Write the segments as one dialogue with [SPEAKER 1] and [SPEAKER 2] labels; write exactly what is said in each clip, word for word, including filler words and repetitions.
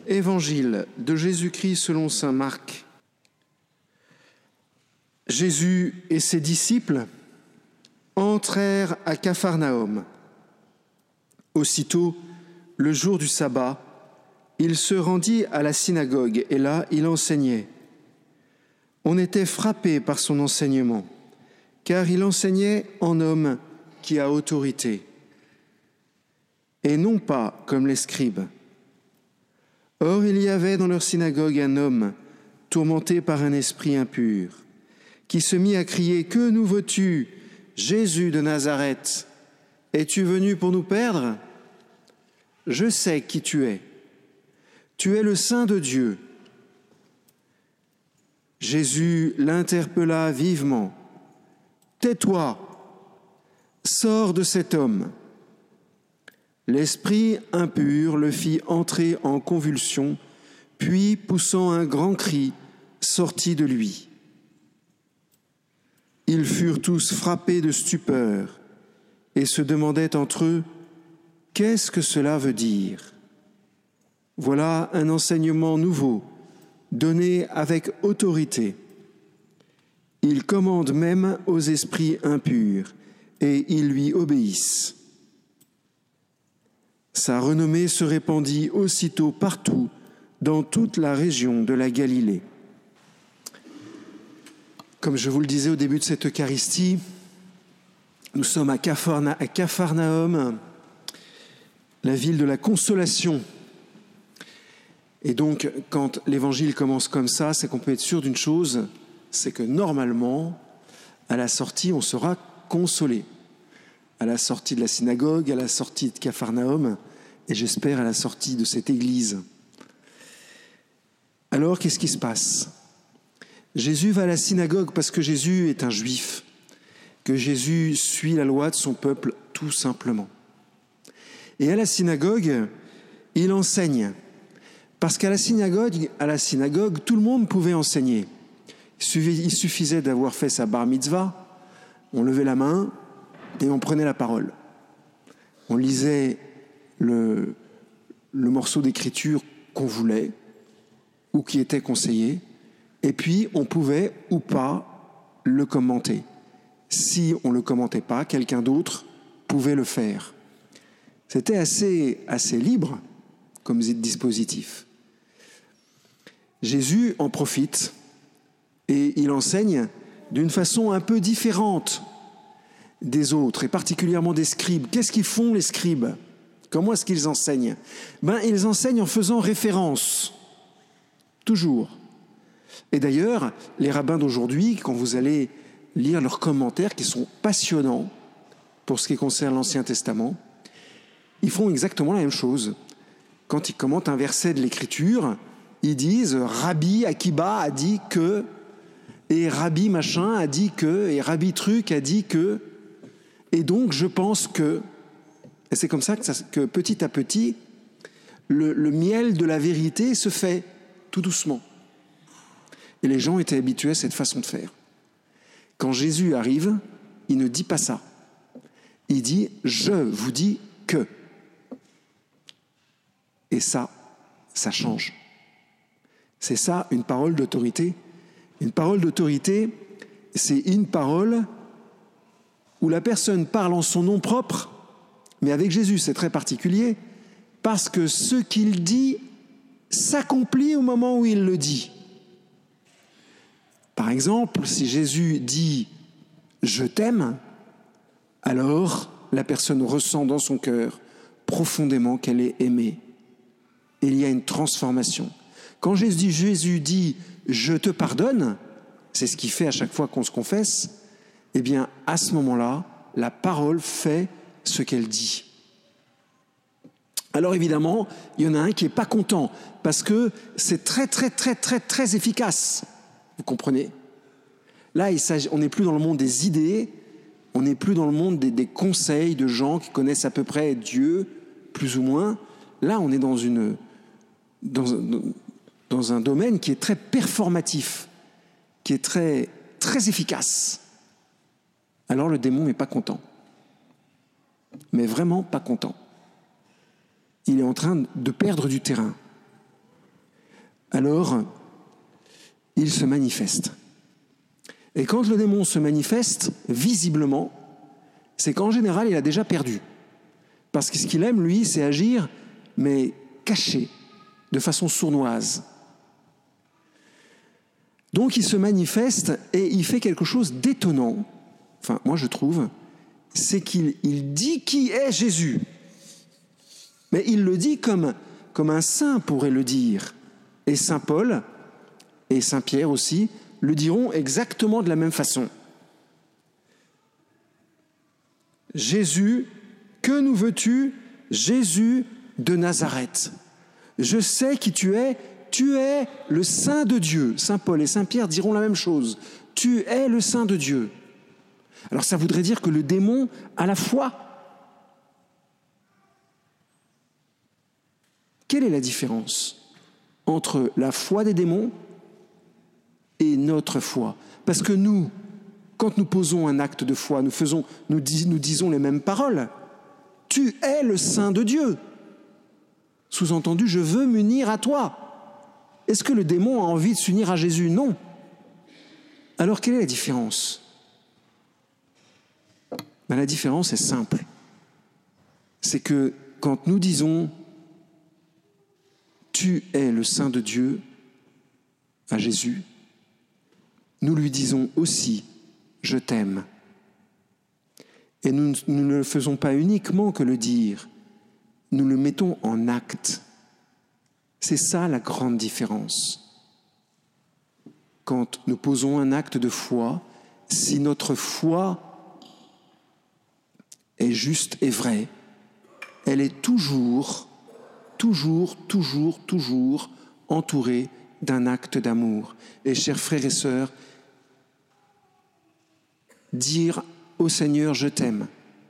[SPEAKER 1] Évangile de Jésus-Christ selon saint Marc. Jésus et ses disciples entrèrent à Capharnaüm. Aussitôt, le jour du sabbat, il se rendit à la synagogue et là, il enseignait. On était frappé par son enseignement, car il enseignait en homme qui a autorité, et non pas comme les scribes. Or, il y avait dans leur synagogue un homme tourmenté par un esprit impur, qui se mit à crier « Que nous veux-tu, Jésus de Nazareth? Es-tu venu pour nous perdre? Je sais qui tu es. Tu es le Saint de Dieu. » Jésus l'interpella vivement. « Tais-toi, sors de cet homme. » L'esprit impur le fit entrer en convulsion, puis, poussant un grand cri, sortit de lui. Ils furent tous frappés de stupeur et se demandaient entre eux « Qu'est-ce que cela veut dire ?» Voilà un enseignement nouveau, donné avec autorité. Il commande même aux esprits impurs et ils lui obéissent. Sa renommée se répandit aussitôt partout dans toute la région de la Galilée. Comme je vous le disais au début de cette Eucharistie, nous sommes à Capharna- à Capharnaüm, la ville de la consolation. Et donc, quand l'évangile commence comme ça, c'est qu'on peut être sûr d'une chose, c'est que normalement, à la sortie, on sera consolé. À la sortie de la synagogue, à la sortie de Capharnaüm, et j'espère à la sortie de cette église. Alors, qu'est-ce qui se passe ? Jésus va à la synagogue parce que Jésus est un juif, que Jésus suit la loi de son peuple tout simplement. Et à la synagogue, il enseigne. Parce qu'à la synagogue, à la synagogue, tout le monde pouvait enseigner. Il suffisait d'avoir fait sa bar mitzvah, on levait la main et on prenait la parole. On lisait le, le morceau d'écriture qu'on voulait ou qui était conseillé, et puis on pouvait ou pas le commenter. Si on ne le commentait pas, quelqu'un d'autre pouvait le faire. C'était assez, assez libre comme dispositif. Jésus en profite et il enseigne d'une façon un peu différente des autres, et particulièrement des scribes. Qu'est-ce qu'ils font, les scribes ? Comment est-ce qu'ils enseignent ? Ben, ils enseignent en faisant référence, toujours. Et d'ailleurs, les rabbins d'aujourd'hui, quand vous allez lire leurs commentaires, qui sont passionnants pour ce qui concerne l'Ancien Testament, ils font exactement la même chose. Quand ils commentent un verset de l'Écriture, ils disent « Rabbi Akiba a dit que » et « Rabbi machin a dit que » et « Rabbi truc a dit que » et donc je pense que... Et c'est comme ça que, ça, que petit à petit, le, le miel de la vérité se fait tout doucement. Et les gens étaient habitués à cette façon de faire. Quand Jésus arrive, il ne dit pas ça. Il dit « Je vous dis que ». Et ça, ça change. C'est ça, une parole d'autorité. Une parole d'autorité, c'est une parole où la personne parle en son nom propre, mais avec Jésus, c'est très particulier, parce que ce qu'il dit s'accomplit au moment où il le dit. Par exemple, si Jésus dit « Je t'aime », alors la personne ressent dans son cœur profondément qu'elle est aimée. Et il y a une transformation. Quand Jésus, Jésus dit « Je te pardonne », c'est ce qu'il fait à chaque fois qu'on se confesse, eh bien, à ce moment-là, la parole fait ce qu'elle dit. Alors évidemment, il y en a un qui n'est pas content, parce que c'est très, très, très, très, très efficace. Vous comprenez ? Là, il s'agit, on n'est plus dans le monde des idées, on n'est plus dans le monde des, des conseils de gens qui connaissent à peu près Dieu, plus ou moins. Là, on est dans, une, dans, dans un domaine qui est très performatif, qui est très, très efficace. Alors le démon n'est pas content. Mais vraiment pas content. Il est en train de perdre du terrain. alors il se manifeste. Et quand le démon se manifeste visiblement, c'est qu'en général, il a déjà perdu. Parce que ce qu'il aime, lui, c'est agir, mais caché, de façon sournoise. Donc il se manifeste et il fait quelque chose d'étonnant, enfin moi je trouve, c'est qu'il il dit qui est Jésus. Mais il le dit comme, comme un saint pourrait le dire. Et saint Paul et saint Pierre aussi le diront exactement de la même façon. Jésus, que nous veux-tu, Jésus de Nazareth? Je sais qui tu es, tu es le Saint de Dieu. Saint Paul et saint Pierre diront la même chose. Tu es le Saint de Dieu. Alors ça voudrait dire que le démon a la foi. Quelle est la différence entre la foi des démons et notre foi? Parce que nous, quand nous posons un acte de foi, nous, faisons, nous, dis, nous disons les mêmes paroles. Tu es le Saint de Dieu. Sous-entendu, je veux m'unir à toi. Est-ce que le démon a envie de s'unir à Jésus? Non. Alors quelle est la différence? Ben, la différence est simple. C'est que quand nous disons « Tu es le Saint de Dieu » à Jésus, nous lui disons aussi « Je t'aime ». Et nous, nous ne le faisons pas uniquement que le dire, nous le mettons en acte. C'est ça la grande différence. Quand nous posons un acte de foi, si notre foi est juste et vraie, elle est toujours, toujours, toujours, toujours entourée d'un acte d'amour. Et chers frères et sœurs, dire au Seigneur « Je t'aime »,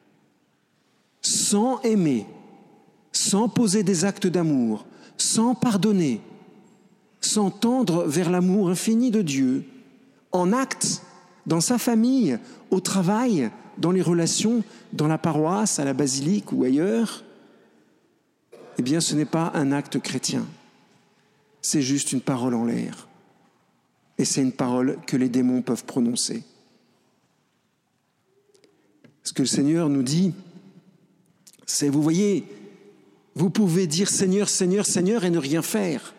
[SPEAKER 1] sans aimer, sans poser des actes d'amour, sans pardonner, sans tendre vers l'amour infini de Dieu, en acte, dans sa famille, au travail, dans les relations, dans la paroisse, à la basilique ou ailleurs, eh bien ce n'est pas un acte chrétien, c'est juste une parole en l'air. Et c'est une parole que les démons peuvent prononcer. Ce que le Seigneur nous dit, c'est, vous voyez, vous pouvez dire Seigneur, Seigneur, Seigneur et ne rien faire.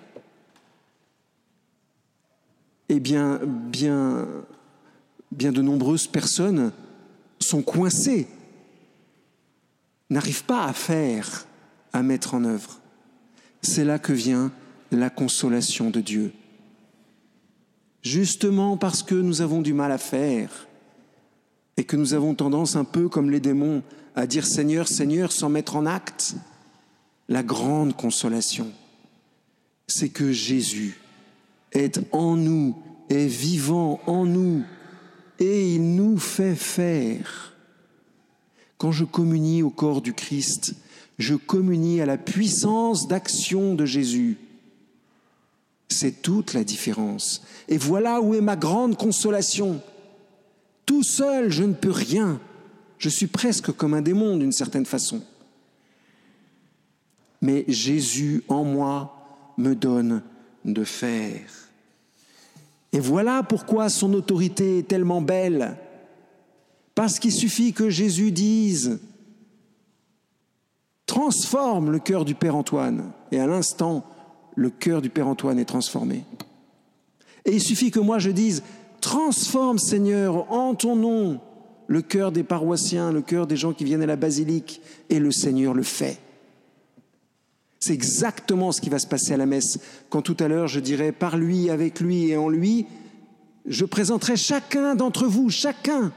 [SPEAKER 1] Eh bien, bien, bien de nombreuses personnes sont coincées, n'arrivent pas à faire, à mettre en œuvre. C'est là que vient la consolation de Dieu. Justement parce que nous avons du mal à faire et que nous avons tendance un peu comme les démons à dire Seigneur, Seigneur sans mettre en acte, la grande consolation, c'est que Jésus est en nous, est vivant en nous et il nous fait faire. Quand je communie au corps du Christ, je communie à la puissance d'action de Jésus. C'est toute la différence. Et voilà où est ma grande consolation. Tout seul, je ne peux rien. Je suis presque comme un démon d'une certaine façon. Mais Jésus en moi me donne de faire. Et voilà pourquoi son autorité est tellement belle. Parce qu'il suffit que Jésus dise « Transforme le cœur du Père Antoine ». Et à l'instant, le cœur du Père Antoine est transformé. Et il suffit que moi je dise « Transforme, Seigneur, en ton nom, le cœur des paroissiens, le cœur des gens qui viennent à la basilique. » Et le Seigneur le fait. C'est exactement ce qui va se passer à la messe. Quand tout à l'heure je dirai « Par lui, avec lui et en lui », je présenterai chacun d'entre vous, chacun,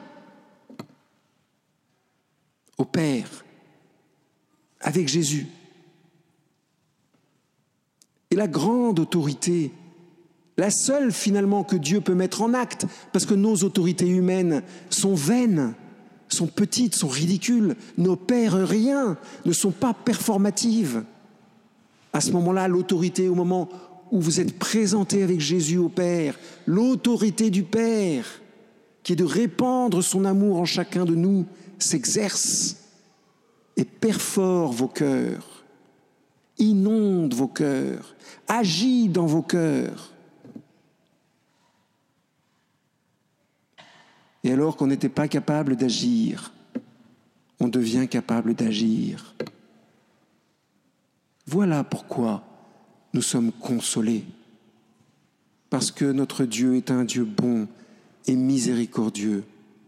[SPEAKER 1] au Père, avec Jésus. Et la grande autorité, la seule finalement que Dieu peut mettre en acte, parce que nos autorités humaines sont vaines, sont petites, sont ridicules, n'opèrent rien, ne sont pas performatives. À ce moment-là, l'autorité, au moment où vous êtes présenté avec Jésus au Père, l'autorité du Père, qui est de répandre son amour en chacun de nous, s'exerce et perfore vos cœurs. inonde vos cœurs, agit dans vos cœurs. Et alors qu'on n'était pas capable d'agir, on devient capable d'agir. Voilà pourquoi nous sommes consolés. Parce que notre Dieu est un Dieu bon et miséricordieux,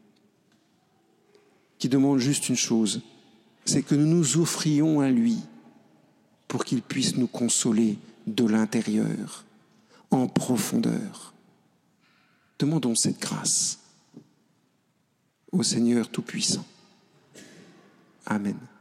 [SPEAKER 1] qui demande juste une chose, c'est que nous nous offrions à lui pour qu'il puisse nous consoler de l'intérieur, en profondeur. Demandons cette grâce au Seigneur Tout-Puissant. Amen.